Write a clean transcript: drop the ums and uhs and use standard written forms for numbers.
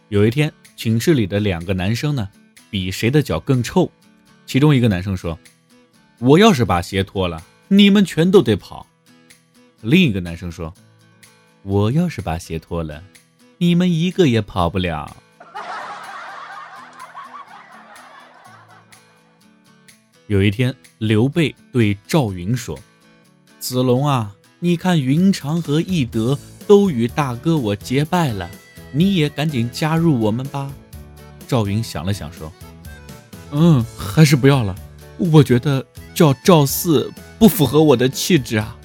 有一天，寝室里的2个男生呢，比谁的脚更臭。其中一个男生说：“我要是把鞋脱了，你们全都得跑。”另一个男生说：“我要是把鞋脱了，你们一个也跑不了。”有一天，刘备对赵云说：“子龙啊，你看云长和翼德都与大哥我结拜了，你也赶紧加入我们吧。”赵云想了想说：“还是不要了，我觉得叫赵四不符合我的气质啊。”